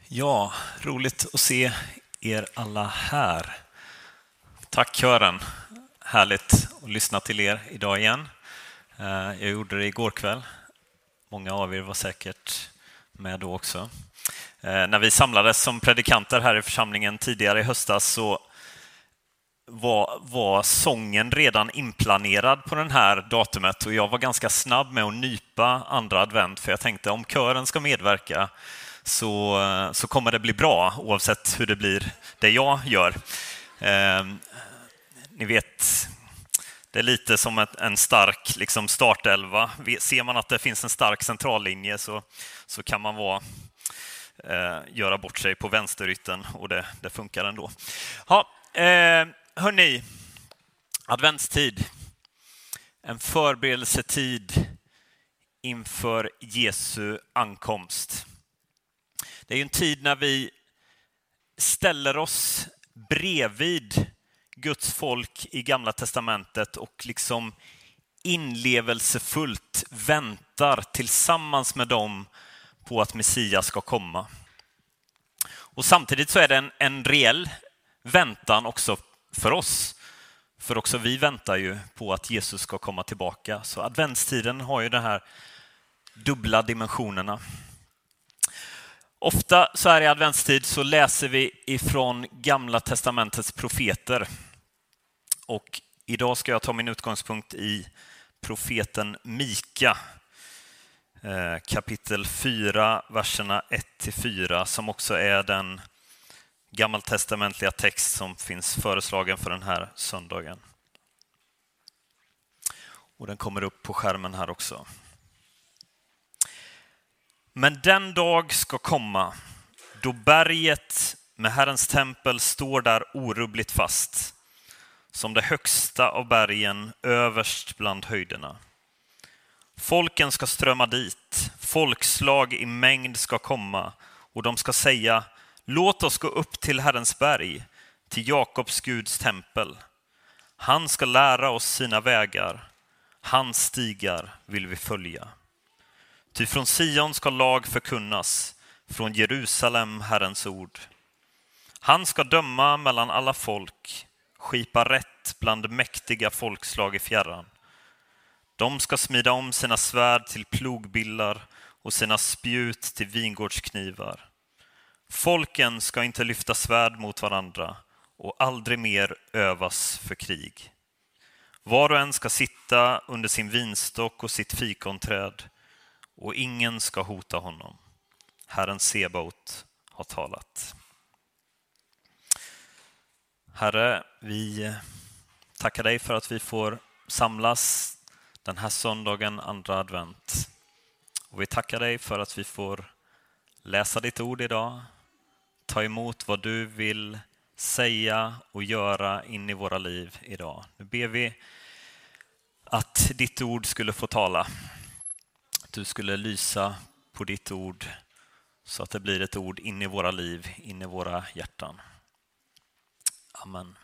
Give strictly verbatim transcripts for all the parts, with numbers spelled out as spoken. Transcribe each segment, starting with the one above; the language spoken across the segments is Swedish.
Ja, roligt att se er alla här. Tack kören. Härligt att lyssna till er idag igen. Jag gjorde det igår kväll. Många av er var säkert med då också. När vi samlades som predikanter här i församlingen tidigare i höstas så var, var sången redan inplanerad på den här datumet och jag var ganska snabb med att nypa andra advent för jag tänkte om kören ska medverka så, så kommer det bli bra oavsett hur det blir det jag gör. Eh, ni vet, det är lite som ett, en stark liksom startelva. Ser man att det finns en stark centrallinje så, så kan man vara, eh, göra bort sig på vänsterytten och det, det funkar ändå. Ja, eh, hörni, adventstid, en förberedelsetid inför Jesu ankomst. Det är ju en tid när vi ställer oss bredvid Guds folk i Gamla testamentet och liksom inlevelsefullt väntar tillsammans med dem på att Messias ska komma. Och samtidigt så är det en, en reell väntan också för oss. För också vi väntar ju på att Jesus ska komma tillbaka. Så adventstiden har ju de här dubbla dimensionerna. Ofta så här i adventstid så läser vi ifrån Gamla testamentets profeter. Och idag ska jag ta min utgångspunkt i profeten Mika. Kapitel fyra, verserna ett till fyra, som också är den gammaltestamentliga text som finns föreslagen för den här söndagen. Och den kommer upp på skärmen här också. Men den dag ska komma då berget med Herrens tempel står där orubbligt fast, som det högsta av bergen överst bland höjderna. Folken ska strömma dit, folkslag i mängd ska komma och de ska säga: låt oss gå upp till Herrens berg, till Jakobs Guds tempel. Han ska lära oss sina vägar, hans stigar vill vi följa. Ty från Sion ska lag förkunnas, från Jerusalem Herrens ord. Han ska döma mellan alla folk, skipa rätt bland mäktiga folkslag i fjärran. De ska smida om sina svärd till plogbillar och sina spjut till vingårdsknivar. Folken ska inte lyfta svärd mot varandra och aldrig mer övas för krig. Var och en ska sitta under sin vinstock och sitt fikonträd och ingen ska hota honom. Herren Sebaot har talat. Herre, vi tackar dig för att vi får samlas den här söndagen, andra advent. Och vi tackar dig för att vi får läsa ditt ord idag. Ta emot vad du vill säga och göra in i våra liv idag. Nu ber vi att ditt ord skulle få tala. Att du skulle lysa på ditt ord så att det blir ett ord in i våra liv, in i våra hjärtan. Amen.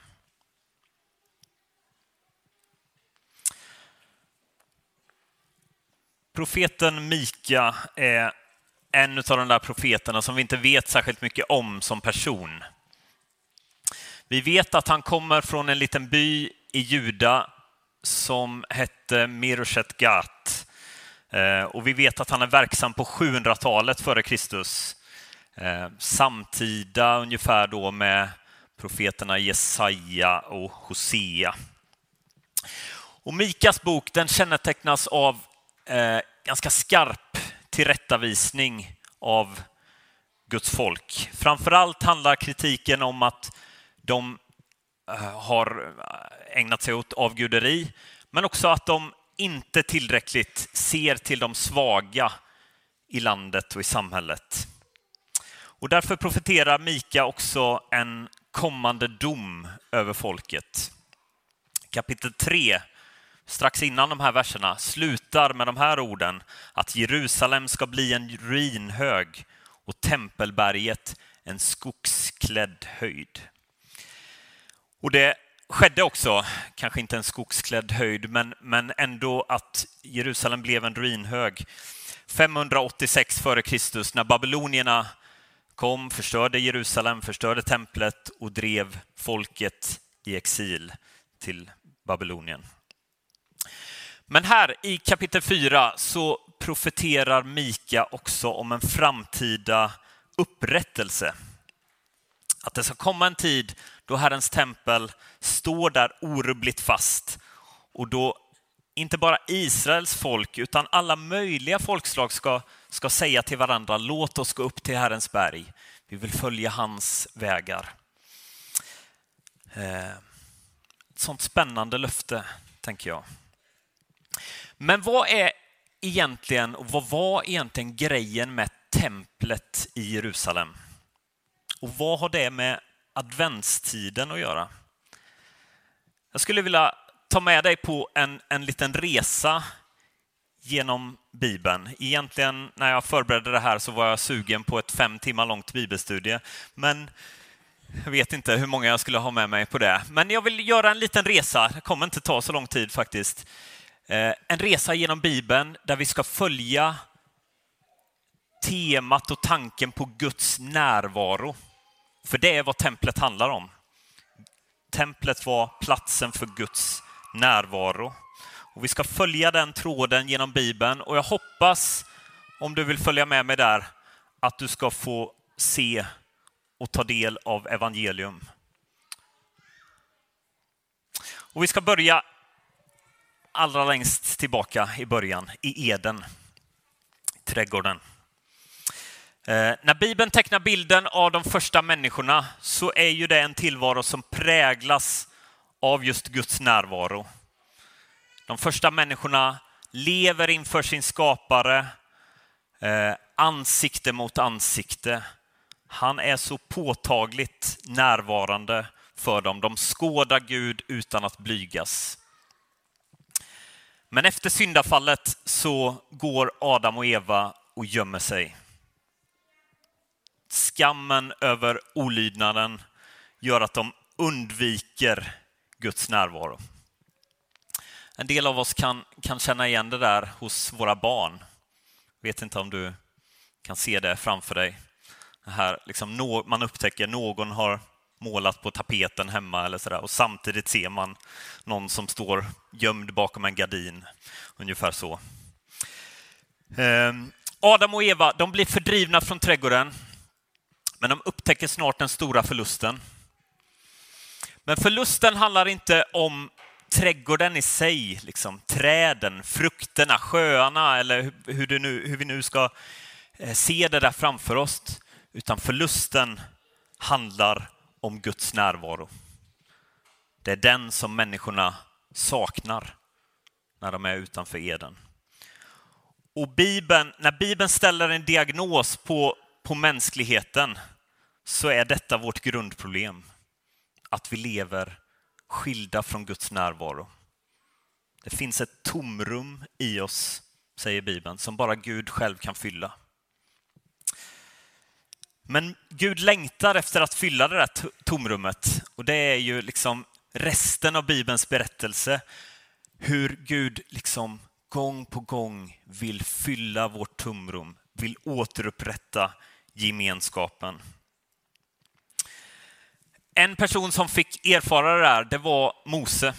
Profeten Mika är en av de där profeterna som vi inte vet särskilt mycket om som person. Vi vet att han kommer från en liten by i Juda som hette Meroshet Gat. Och vi vet att han är verksam på sjuhundratalet före Kristus. Samtida ungefär då med profeterna Jesaja och Hosea. Och Mikas bok, den kännetecknas av eh, ganska skarp tillrättavisning av Guds folk. Framförallt handlar kritiken om att de eh, har ägnat sig åt avguderi, men också att de inte tillräckligt ser till de svaga i landet och i samhället. Och därför profeterar Mika också en kommande dom över folket. Kapitel tre, strax innan de här verserna, slutar med de här orden: att Jerusalem ska bli en ruinhög och tempelberget en skogsklädd höjd. Och det skedde också, kanske inte en skogsklädd höjd, men, men ändå att Jerusalem blev en ruinhög. femhundraåttiosex före Kristus, när babylonierna kom, förstörde Jerusalem, förstörde templet och drev folket i exil till Babylonien. Men här i kapitel fyra så profeterar Mika också om en framtida upprättelse. Att det ska komma en tid då Herrens tempel står där orubbligt fast och då inte bara Israels folk utan alla möjliga folkslag ska, ska säga till varandra: låt oss gå upp till Herrens berg. Vi vill följa hans vägar. Eh, ett sånt spännande löfte, tänker jag. Men vad är egentligen, och vad var egentligen grejen med templet i Jerusalem? Och vad har det med adventstiden att göra? Jag skulle vilja ta med dig på en, en liten resa genom Bibeln. Egentligen när jag förberedde det här så var jag sugen på ett fem timmar långt bibelstudie. Men jag vet inte hur många jag skulle ha med mig på det. Men jag vill göra en liten resa. Det kommer inte ta så lång tid faktiskt. Eh, en resa genom Bibeln där vi ska följa temat och tanken på Guds närvaro. För det är vad templet handlar om. Templet var platsen för Guds närvaro. Och vi ska följa den tråden genom Bibeln. Och jag hoppas, om du vill följa med mig där, att du ska få se och ta del av evangelium. Och vi ska börja allra längst tillbaka i början, i Eden, trädgården. Eh, när Bibeln tecknar bilden av de första människorna så är ju det en tillvaro som präglas av just Guds närvaro. De första människorna lever inför sin skapare, eh, ansikte mot ansikte. Han är så påtagligt närvarande för dem. De skådar Gud utan att blygas. Men efter syndafallet så går Adam och Eva och gömmer sig. Skammen över olydnaden gör att de undviker Guds närvaro. En del av oss kan, kan känna igen det där hos våra barn. Vet inte om du kan se det framför dig. Det här, liksom, no, man upptäcker någon har målat på tapeten hemma eller sådär, och samtidigt ser man någon som står gömd bakom en gardin. Ungefär så. Eh, Adam och Eva, de blir fördrivna från trädgården. Men de upptäcker snart den stora förlusten. Men förlusten handlar inte om trädgården i sig, liksom träden, frukterna, sjöarna eller hur, det nu, hur vi nu ska se det där framför oss. Utan förlusten handlar om Guds närvaro. Det är den som människorna saknar när de är utanför Eden. Och Bibeln, när Bibeln ställer en diagnos på, på mänskligheten så är detta vårt grundproblem. Att vi lever skilda från Guds närvaro. Det finns ett tomrum i oss, säger Bibeln, som bara Gud själv kan fylla. Men Gud längtar efter att fylla det där tomrummet. Och det är ju liksom resten av Bibelns berättelse. Hur Gud liksom gång på gång vill fylla vårt tomrum. Vill återupprätta gemenskapen. En person som fick erfara det där, det var Mose.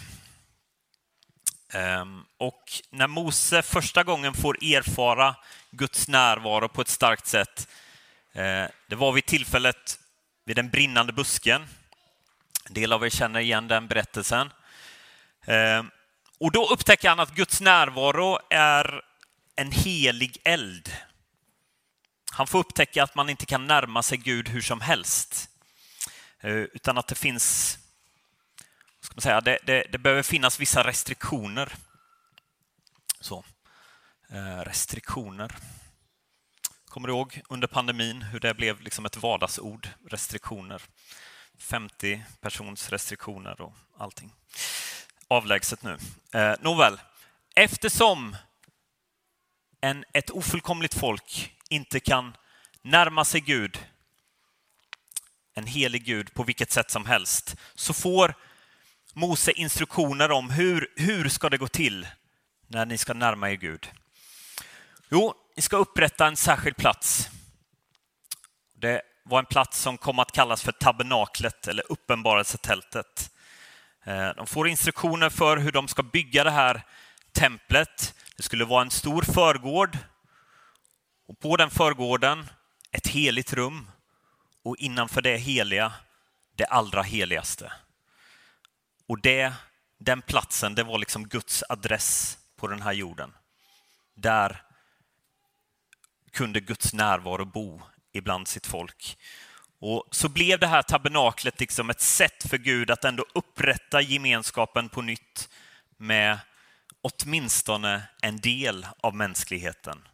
Och när Mose första gången får erfara Guds närvaro på ett starkt sätt, det var vid tillfället vid den brinnande busken. En del av er känner igen den berättelsen. Och då upptäcker han att Guds närvaro är en helig eld. Han får upptäcka att man inte kan närma sig Gud hur som helst. Utan att det finns, ska man säga, det, det, det behöver finnas vissa restriktioner. Så, restriktioner. Kommer du ihåg under pandemin hur det blev liksom ett vardagsord, restriktioner? femtio persons restriktioner och allting. Avlägset nu. Eh, nåväl, eftersom en, ett ofullkomligt folk inte kan närma sig Gud, en helig Gud, på vilket sätt som helst, så får Mose instruktioner om hur, hur ska det gå till när ni ska närma er Gud. Jo, ni ska upprätta en särskild plats. Det var en plats som kom att kallas för tabernaklet eller uppenbarelsetältet. De får instruktioner för hur de ska bygga det här templet. Det skulle vara en stor förgård och på den förgården ett heligt rum och innanför det heliga det allra heligaste. Och det, den platsen, det var liksom Guds adress på den här jorden. Där kunde Guds närvaro bo ibland sitt folk. Och så blev det här tabernaklet liksom ett sätt för Gud att ändå upprätta gemenskapen på nytt med åtminstone en del av mänskligheten.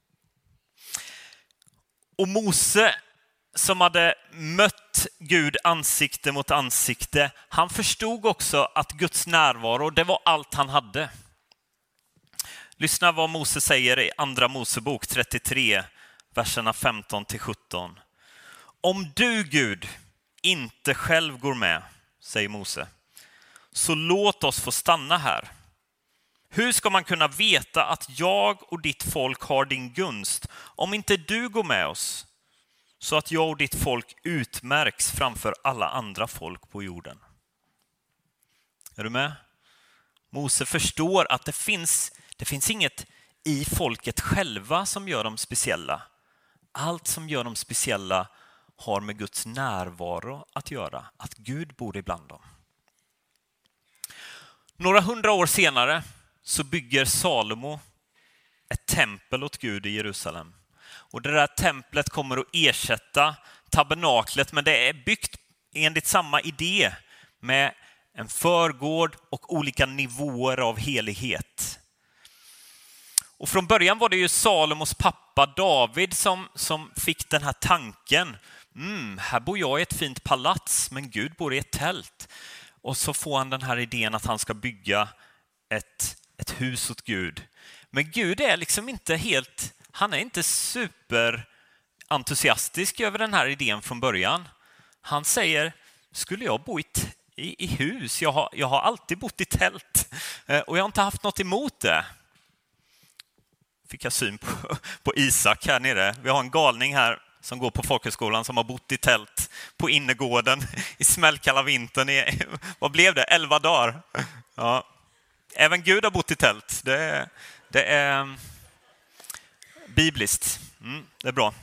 Och Mose, som hade mött Gud ansikte mot ansikte, han förstod också att Guds närvaro, det var allt han hade. Lyssna vad Mose säger i andra Mosebok trettiotre, verserna femton till sjutton. Om du, Gud, inte själv går med, säger Mose, så låt oss få stanna här. Hur ska man kunna veta att jag och ditt folk har din gunst om inte du går med oss, så att jag och ditt folk utmärks framför alla andra folk på jorden? Är du med? Mose förstår att det finns, det finns inget i folket själva som gör dem speciella. Allt som gör dem speciella har med Guds närvaro att göra, att Gud bor ibland dem. Några hundra år senare så bygger Salomo ett tempel åt Gud i Jerusalem. Och det där templet kommer att ersätta tabernaklet, men det är byggt enligt samma idé med en förgård och olika nivåer av helighet. Och från början var det ju Salomos pappa David som, som fick den här tanken. Mm, här bor jag i ett fint palats, men Gud bor i ett tält. Och så får han den här idén att han ska bygga ett, ett hus åt Gud. Men Gud är liksom inte helt, han är inte superentusiastisk över den här idén från början. Han säger, skulle jag bo i, i, i hus? Jag har, jag har alltid bott i tält och jag har inte haft något emot det. Fick jag syn på, på Isak här nere. Vi har en galning här som går på folkhögskolan som har bott i tält på innergården i smällkalla vintern i, vad blev det, elva dagar. Ja. Även Gud har bott i tält. Det, det är bibliskt. Mm, det är bra.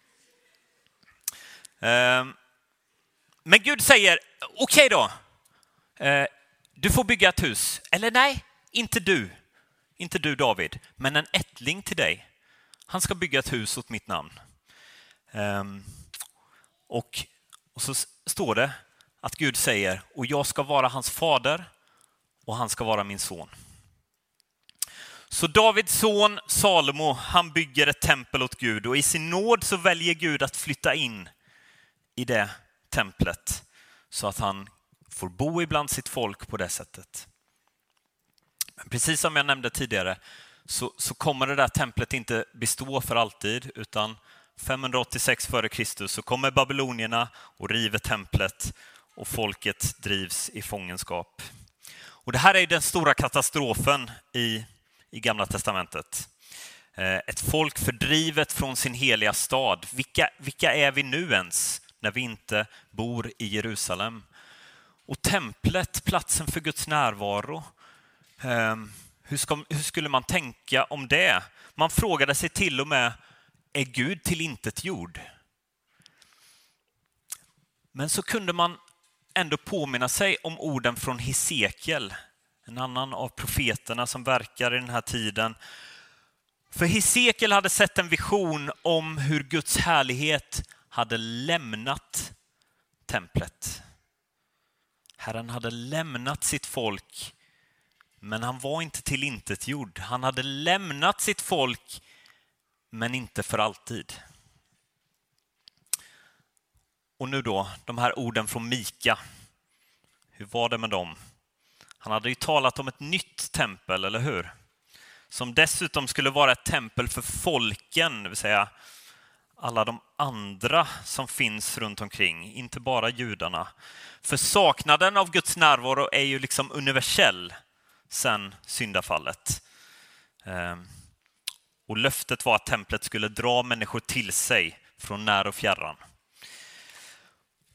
Men Gud säger, okej då, du får bygga ett hus. Eller nej, inte du. Inte du David, men en ättling till dig. Han ska bygga ett hus åt mitt namn. Um, och, och så står det att Gud säger, och jag ska vara hans fader och han ska vara min son. Så Davids son Salomo, han bygger ett tempel åt Gud och i sin nåd så väljer Gud att flytta in i det templet så att han får bo ibland sitt folk på det sättet. Men precis som jag nämnde tidigare så, så kommer det där templet inte bestå för alltid, utan femhundraåttiosex före Kristus så kommer babylonierna och river templet och folket drivs i fångenskap. Och det här är den stora katastrofen i, i Gamla testamentet. Ett folk fördrivet från sin heliga stad. Vilka, vilka är vi nu ens när vi inte bor i Jerusalem? Och templet, platsen för Guds närvaro. Hur, ska, hur skulle man tänka om det? Man frågade sig till och med, är Gud tillintetgjord? Men så kunde man ändå påminna sig om orden från Hesekiel, en annan av profeterna som verkar i den här tiden. För Hesekiel hade sett en vision om hur Guds härlighet hade lämnat templet. Herren hade lämnat sitt folk, men han var inte tillintetgjord. Han hade lämnat sitt folk, men inte för alltid. Och nu då, de här orden från Mika. Hur var det med dem? Han hade ju talat om ett nytt tempel, eller hur? Som dessutom skulle vara ett tempel för folken, det vill säga alla de andra som finns runt omkring, inte bara judarna. För saknaden av Guds närvaro är ju liksom universell sen syndafallet. Och löftet var att templet skulle dra människor till sig från när och fjärran.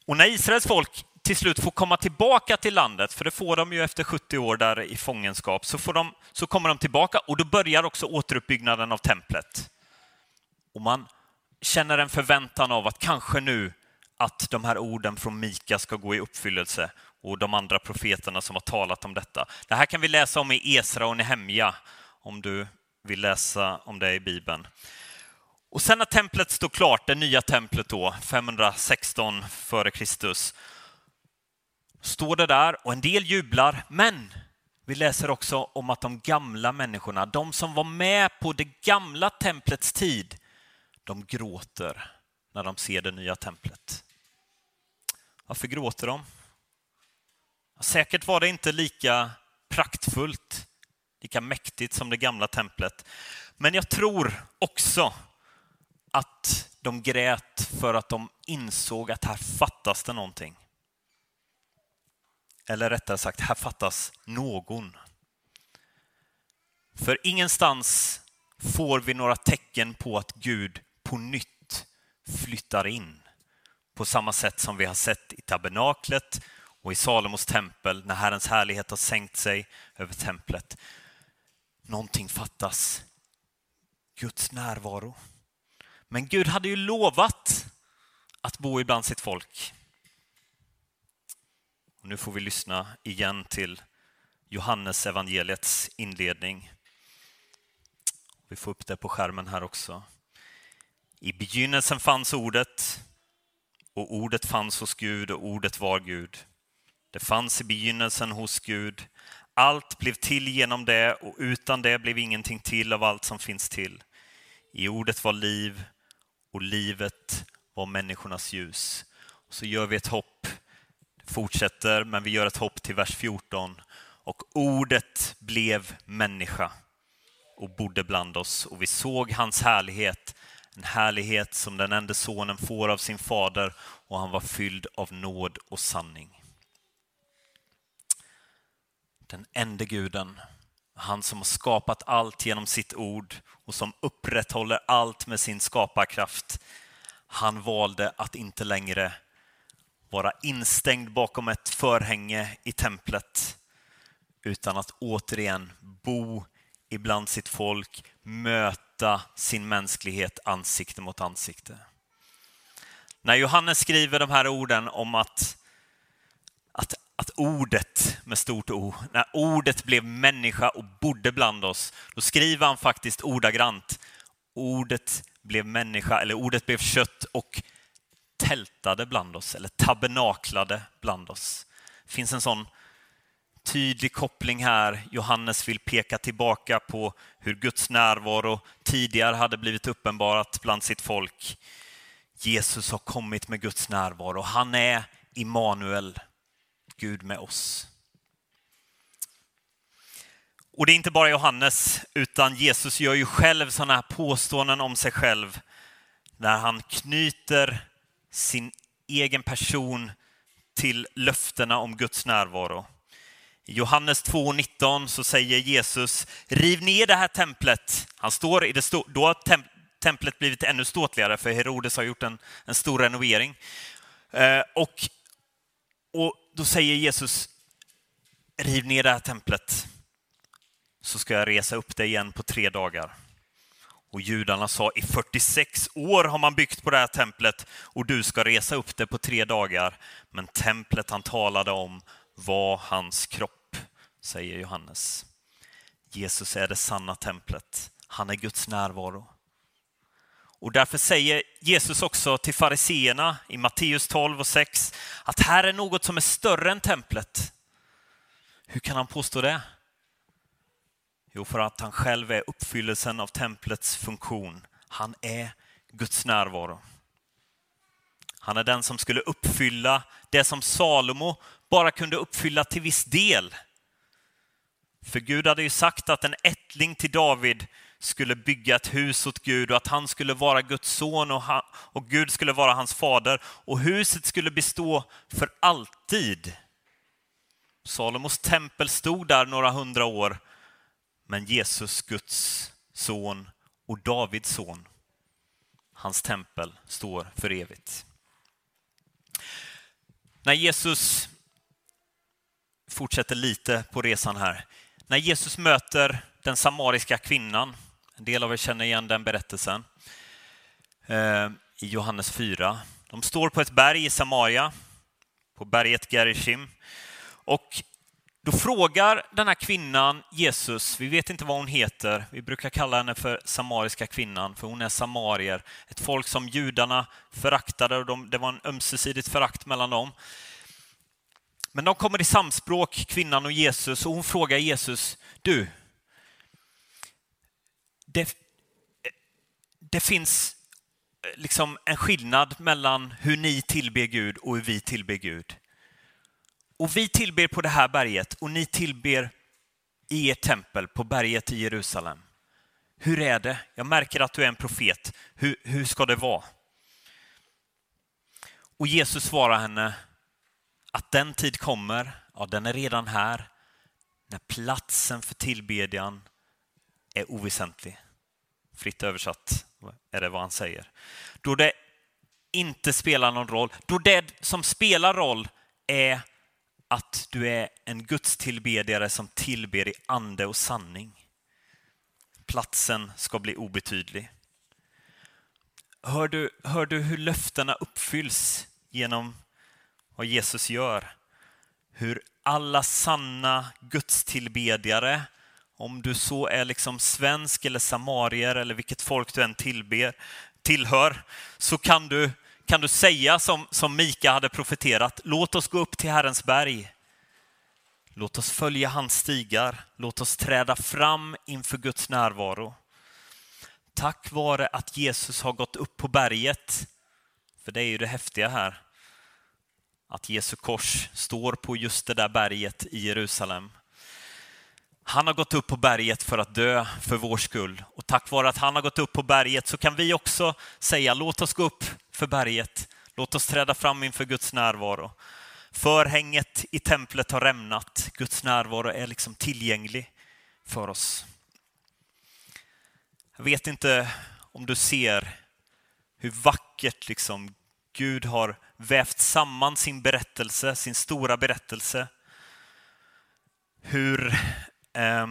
Och när Israels folk till slut får komma tillbaka till landet, för det får de ju efter sjuttio år där i fångenskap, så, får de, så kommer de tillbaka och då börjar också återuppbyggnaden av templet. Och man känner en förväntan av att kanske nu att de här orden från Mika ska gå i uppfyllelse och de andra profeterna som har talat om detta. Det här kan vi läsa om i Esra och Nehemja om du vill läsa om det i Bibeln. Och sen när templet står klart, det nya templet då, femhundrasexton före Kristus, står det där och en del jublar, men vi läser också om att de gamla människorna, de som var med på det gamla templets tid, de gråter när de ser det nya templet. Varför gråter de? Säkert var det inte lika praktfullt, lika mäktigt som det gamla templet. Men jag tror också att de grät för att de insåg att här fattas det någonting. Eller rättare sagt, här fattas någon. För ingenstans får vi några tecken på att Gud på nytt flyttar in. På samma sätt som vi har sett i tabernaklet och i Salomos tempel när Herrens härlighet har sänkt sig över templet. Någonting fattas. Guds närvaro. Men Gud hade ju lovat att bo ibland sitt folk. Och nu får vi lyssna igen till Johannes evangeliets inledning. Vi får upp det på skärmen här också. I begynnelsen fanns ordet, och ordet fanns hos Gud, och ordet var Gud. Det fanns i begynnelsen hos Gud. Allt blev till genom det, och utan det blev ingenting till av allt som finns till. I ordet var liv, och livet var människornas ljus. Och så gör vi ett hopp. Det fortsätter, men vi gör ett hopp till vers fjorton. Och ordet blev människa och bodde bland oss, och vi såg hans härlighet. En härlighet som den enda sonen får av sin fader, och han var fylld av nåd och sanning. Den enda guden, han som har skapat allt genom sitt ord och som upprätthåller allt med sin skaparkraft. Han valde att inte längre vara instängd bakom ett förhänge i templet, utan att återigen bo ibland sitt folk, möta sin mänsklighet ansikte mot ansikte. När Johannes skriver de här orden om att, att, att ordet med stort O, när ordet blev människa och bodde bland oss, då skriver han faktiskt ordagrant: ordet blev människa, eller ordet blev kött och tältade bland oss, eller tabernaklade bland oss. Det finns en sån tydlig koppling här. Johannes vill peka tillbaka på hur Guds närvaro tidigare hade blivit uppenbarat bland sitt folk. Jesus har kommit med Guds närvaro. Han är Immanuel, Gud med oss. Och det är inte bara Johannes, utan Jesus gör ju själv sådana här påståenden om sig själv när han knyter sin egen person till löftena om Guds närvaro. I Johannes två nitton så säger Jesus: riv ner det här templet. Han står i det sto- då har tem- templet blivit ännu ståtligare, för Herodes har gjort en, en stor renovering. Eh, och, och då säger Jesus: riv ner det här templet, så ska jag resa upp det igen på tre dagar. Och judarna sa: i fyrtiosex år har man byggt på det här templet, och du ska resa upp det på tre dagar. Men templet han talade om var hans kropp, säger Johannes. Jesus är det sanna templet. Han är Guds närvaro. Och därför säger Jesus också till fariseerna i Matteus tolv och sex att här är något som är större än templet. Hur kan han påstå det? Jo, för att han själv är uppfyllelsen av templets funktion. Han är Guds närvaro. Han är den som skulle uppfylla det som Salomo bara kunde uppfylla till viss del. För Gud hade ju sagt att en ättling till David skulle bygga ett hus åt Gud, och att han skulle vara Guds son och, han, och Gud skulle vara hans fader. Och huset skulle bestå för alltid. Salomos tempel stod där några hundra år. Men Jesus, Guds son och Davids son, hans tempel står för evigt. När Jesus fortsätter lite på resan här. När Jesus möter den samariska kvinnan, en del av er känner igen den berättelsen, eh, i Johannes fyra. De står på ett berg i Samaria, på berget Gerizim. Och då frågar den här kvinnan Jesus, vi vet inte vad hon heter, vi brukar kalla henne för samariska kvinnan, för hon är samarier, ett folk som judarna föraktade och de, det var en ömsesidigt förakt mellan dem. Men de kommer i samspråk, kvinnan och Jesus, och hon frågar Jesus, du, det, det finns liksom en skillnad mellan hur ni tillber Gud och hur vi tillber Gud. Och vi tillber på det här berget och ni tillber i ert tempel på berget i Jerusalem. Hur är det? Jag märker att du är en profet. Hur, hur ska det vara? Och Jesus svarar henne att den tid kommer, ja den är redan här, när platsen för tillbedjan är oväsentlig. Fritt översatt är det vad han säger. Då det inte spelar någon roll, då det som spelar roll är att du är en Guds tillbedjare som tillber i ande och sanning. Platsen ska bli obetydlig. Hör du, hör du hur löftena uppfylls genom vad Jesus gör? Hur alla sanna Guds tillbedjare, om du så är liksom svensk eller samarier eller vilket folk du än tillber, tillhör, så kan du Kan du säga som, som Mika hade profeterat, låt oss gå upp till Herrens berg. Låt oss följa hans stigar. Låt oss träda fram inför Guds närvaro. Tack vare att Jesus har gått upp på berget, för det är ju det häftiga här, att Jesu kors står på just det där berget i Jerusalem. Han har gått upp på berget för att dö för vår skull. Och tack vare att han har gått upp på berget så kan vi också säga, låt oss gå upp för berget. Låt oss träda fram inför Guds närvaro. Förhänget i templet har rämnat. Guds närvaro är liksom tillgänglig för oss. Jag vet inte om du ser hur vackert liksom Gud har vävt samman sin berättelse, sin stora berättelse. Hur eh,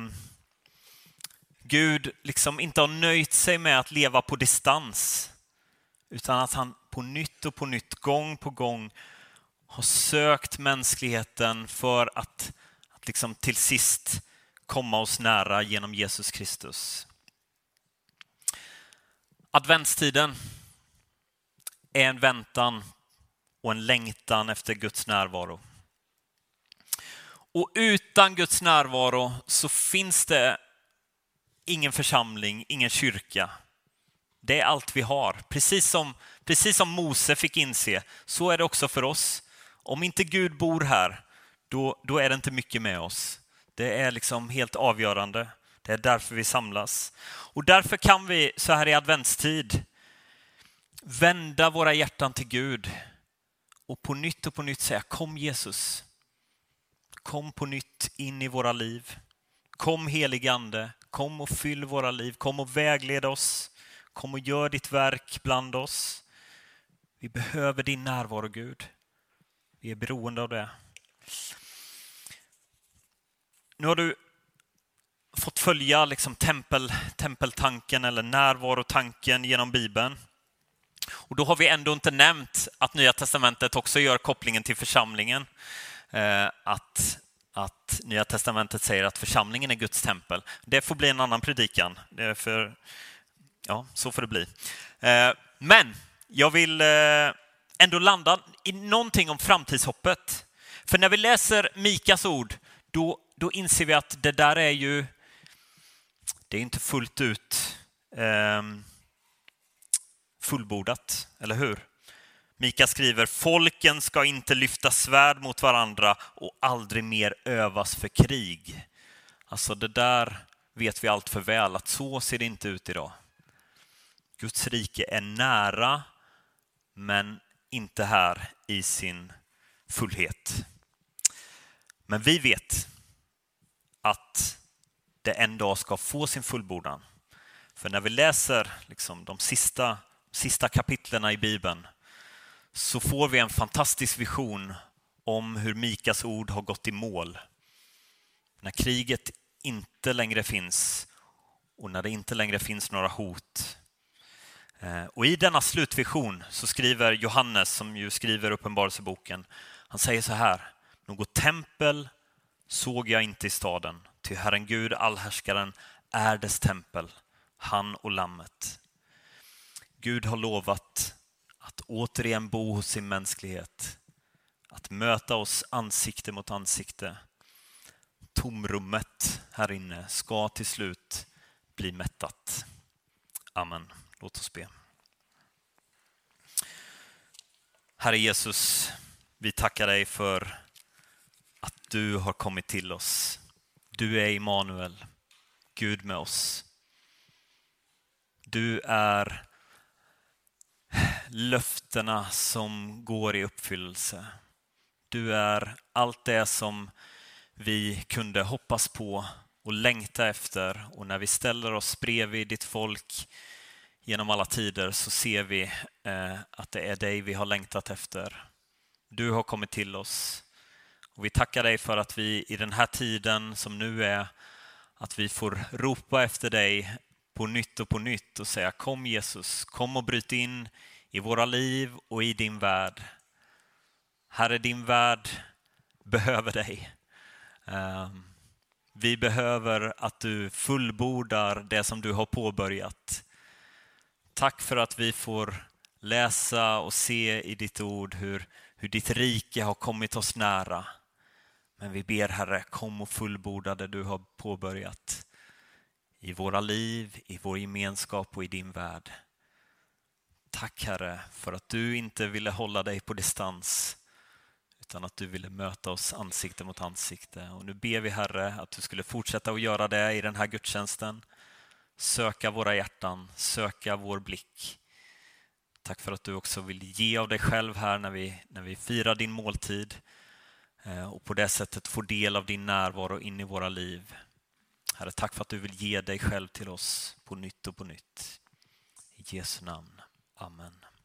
Gud liksom inte har nöjt sig med att leva på distans, utan att han på nytt och på nytt, gång på gång har sökt mänskligheten för att, att liksom till sist komma oss nära genom Jesus Kristus. Adventstiden är en väntan och en längtan efter Guds närvaro. Och utan Guds närvaro så finns det ingen församling, ingen kyrka. Det är allt vi har. Precis som, precis som Mose fick inse, så är det också för oss. Om inte Gud bor här, då, då är det inte mycket med oss. Det är liksom helt avgörande. Det är därför vi samlas. Och därför kan vi så här i adventstid vända våra hjärtan till Gud och på nytt och på nytt säga, kom Jesus. Kom på nytt in i våra liv. Kom helige ande. Kom och fyll våra liv. Kom och vägled oss. Kom och gör ditt verk bland oss. Vi behöver din närvaro, Gud. Vi är beroende av det. Nu har du fått följa liksom tempel, tempeltanken eller närvarotanken genom Bibeln. Och då har vi ändå inte nämnt att Nya testamentet också gör kopplingen till församlingen. Eh, att, att Nya testamentet säger att församlingen är Guds tempel. Det får bli en annan predikan. Det är för, ja, så får det bli. Eh, men jag vill eh, ändå landa i någonting om framtidshoppet. För när vi läser Mikas ord, då, då inser vi att det där är ju, det är inte fullt ut eh, fullbordat, eller hur? Mika skriver, folken ska inte lyfta svärd mot varandra och aldrig mer övas för krig. Alltså det där vet vi allt för väl, att så ser det inte ut idag. Guds rike är nära, men inte här i sin fullhet. Men vi vet att det en dag ska få sin fullbordan. För när vi läser liksom de sista, sista kapitlerna i Bibeln så får vi en fantastisk vision om hur Mikas ord har gått i mål. När kriget inte längre finns och när det inte längre finns några hot. Och i denna slutvision så skriver Johannes, som ju skriver Uppenbarelseboken, han säger så här: något tempel såg jag inte i staden, ty Herren Gud, allhärskaren, är dess tempel, han och lammet. Gud har lovat att återigen bo hos sin mänsklighet, att möta oss ansikte mot ansikte. Tomrummet här inne ska till slut bli mättat. Amen. Låt oss be. Herre Jesus, vi tackar dig för att du har kommit till oss. Du är Immanuel, Gud med oss. Du är löftena som går i uppfyllelse. Du är allt det som vi kunde hoppas på och längta efter. Och när vi ställer oss bredvid ditt folk genom alla tider så ser vi eh, att det är dig vi har längtat efter. Du har kommit till oss. Och vi tackar dig för att vi i den här tiden som nu är, att vi får ropa efter dig på nytt och på nytt och säga: kom Jesus, kom och bryt in i våra liv och i din värld. Herre, din värld behöver dig. Vi behöver att du fullbordar det som du har påbörjat. Tack för att vi får läsa och se i ditt ord hur, hur ditt rike har kommit oss nära. Men vi ber, Herre, kom och fullborda det du har påbörjat i våra liv, i vår gemenskap och i din värld. Tack, Herre, för att du inte ville hålla dig på distans, utan att du ville möta oss ansikte mot ansikte. Och nu ber vi, Herre, att du skulle fortsätta att göra det i den här gudstjänsten. Söka våra hjärtan, söka vår blick. Tack för att du också vill ge av dig själv här när vi, när vi firar din måltid. Och på det sättet få del av din närvaro in i våra liv. Herre, tack för att du vill ge dig själv till oss på nytt och på nytt. I Jesu namn. Amen.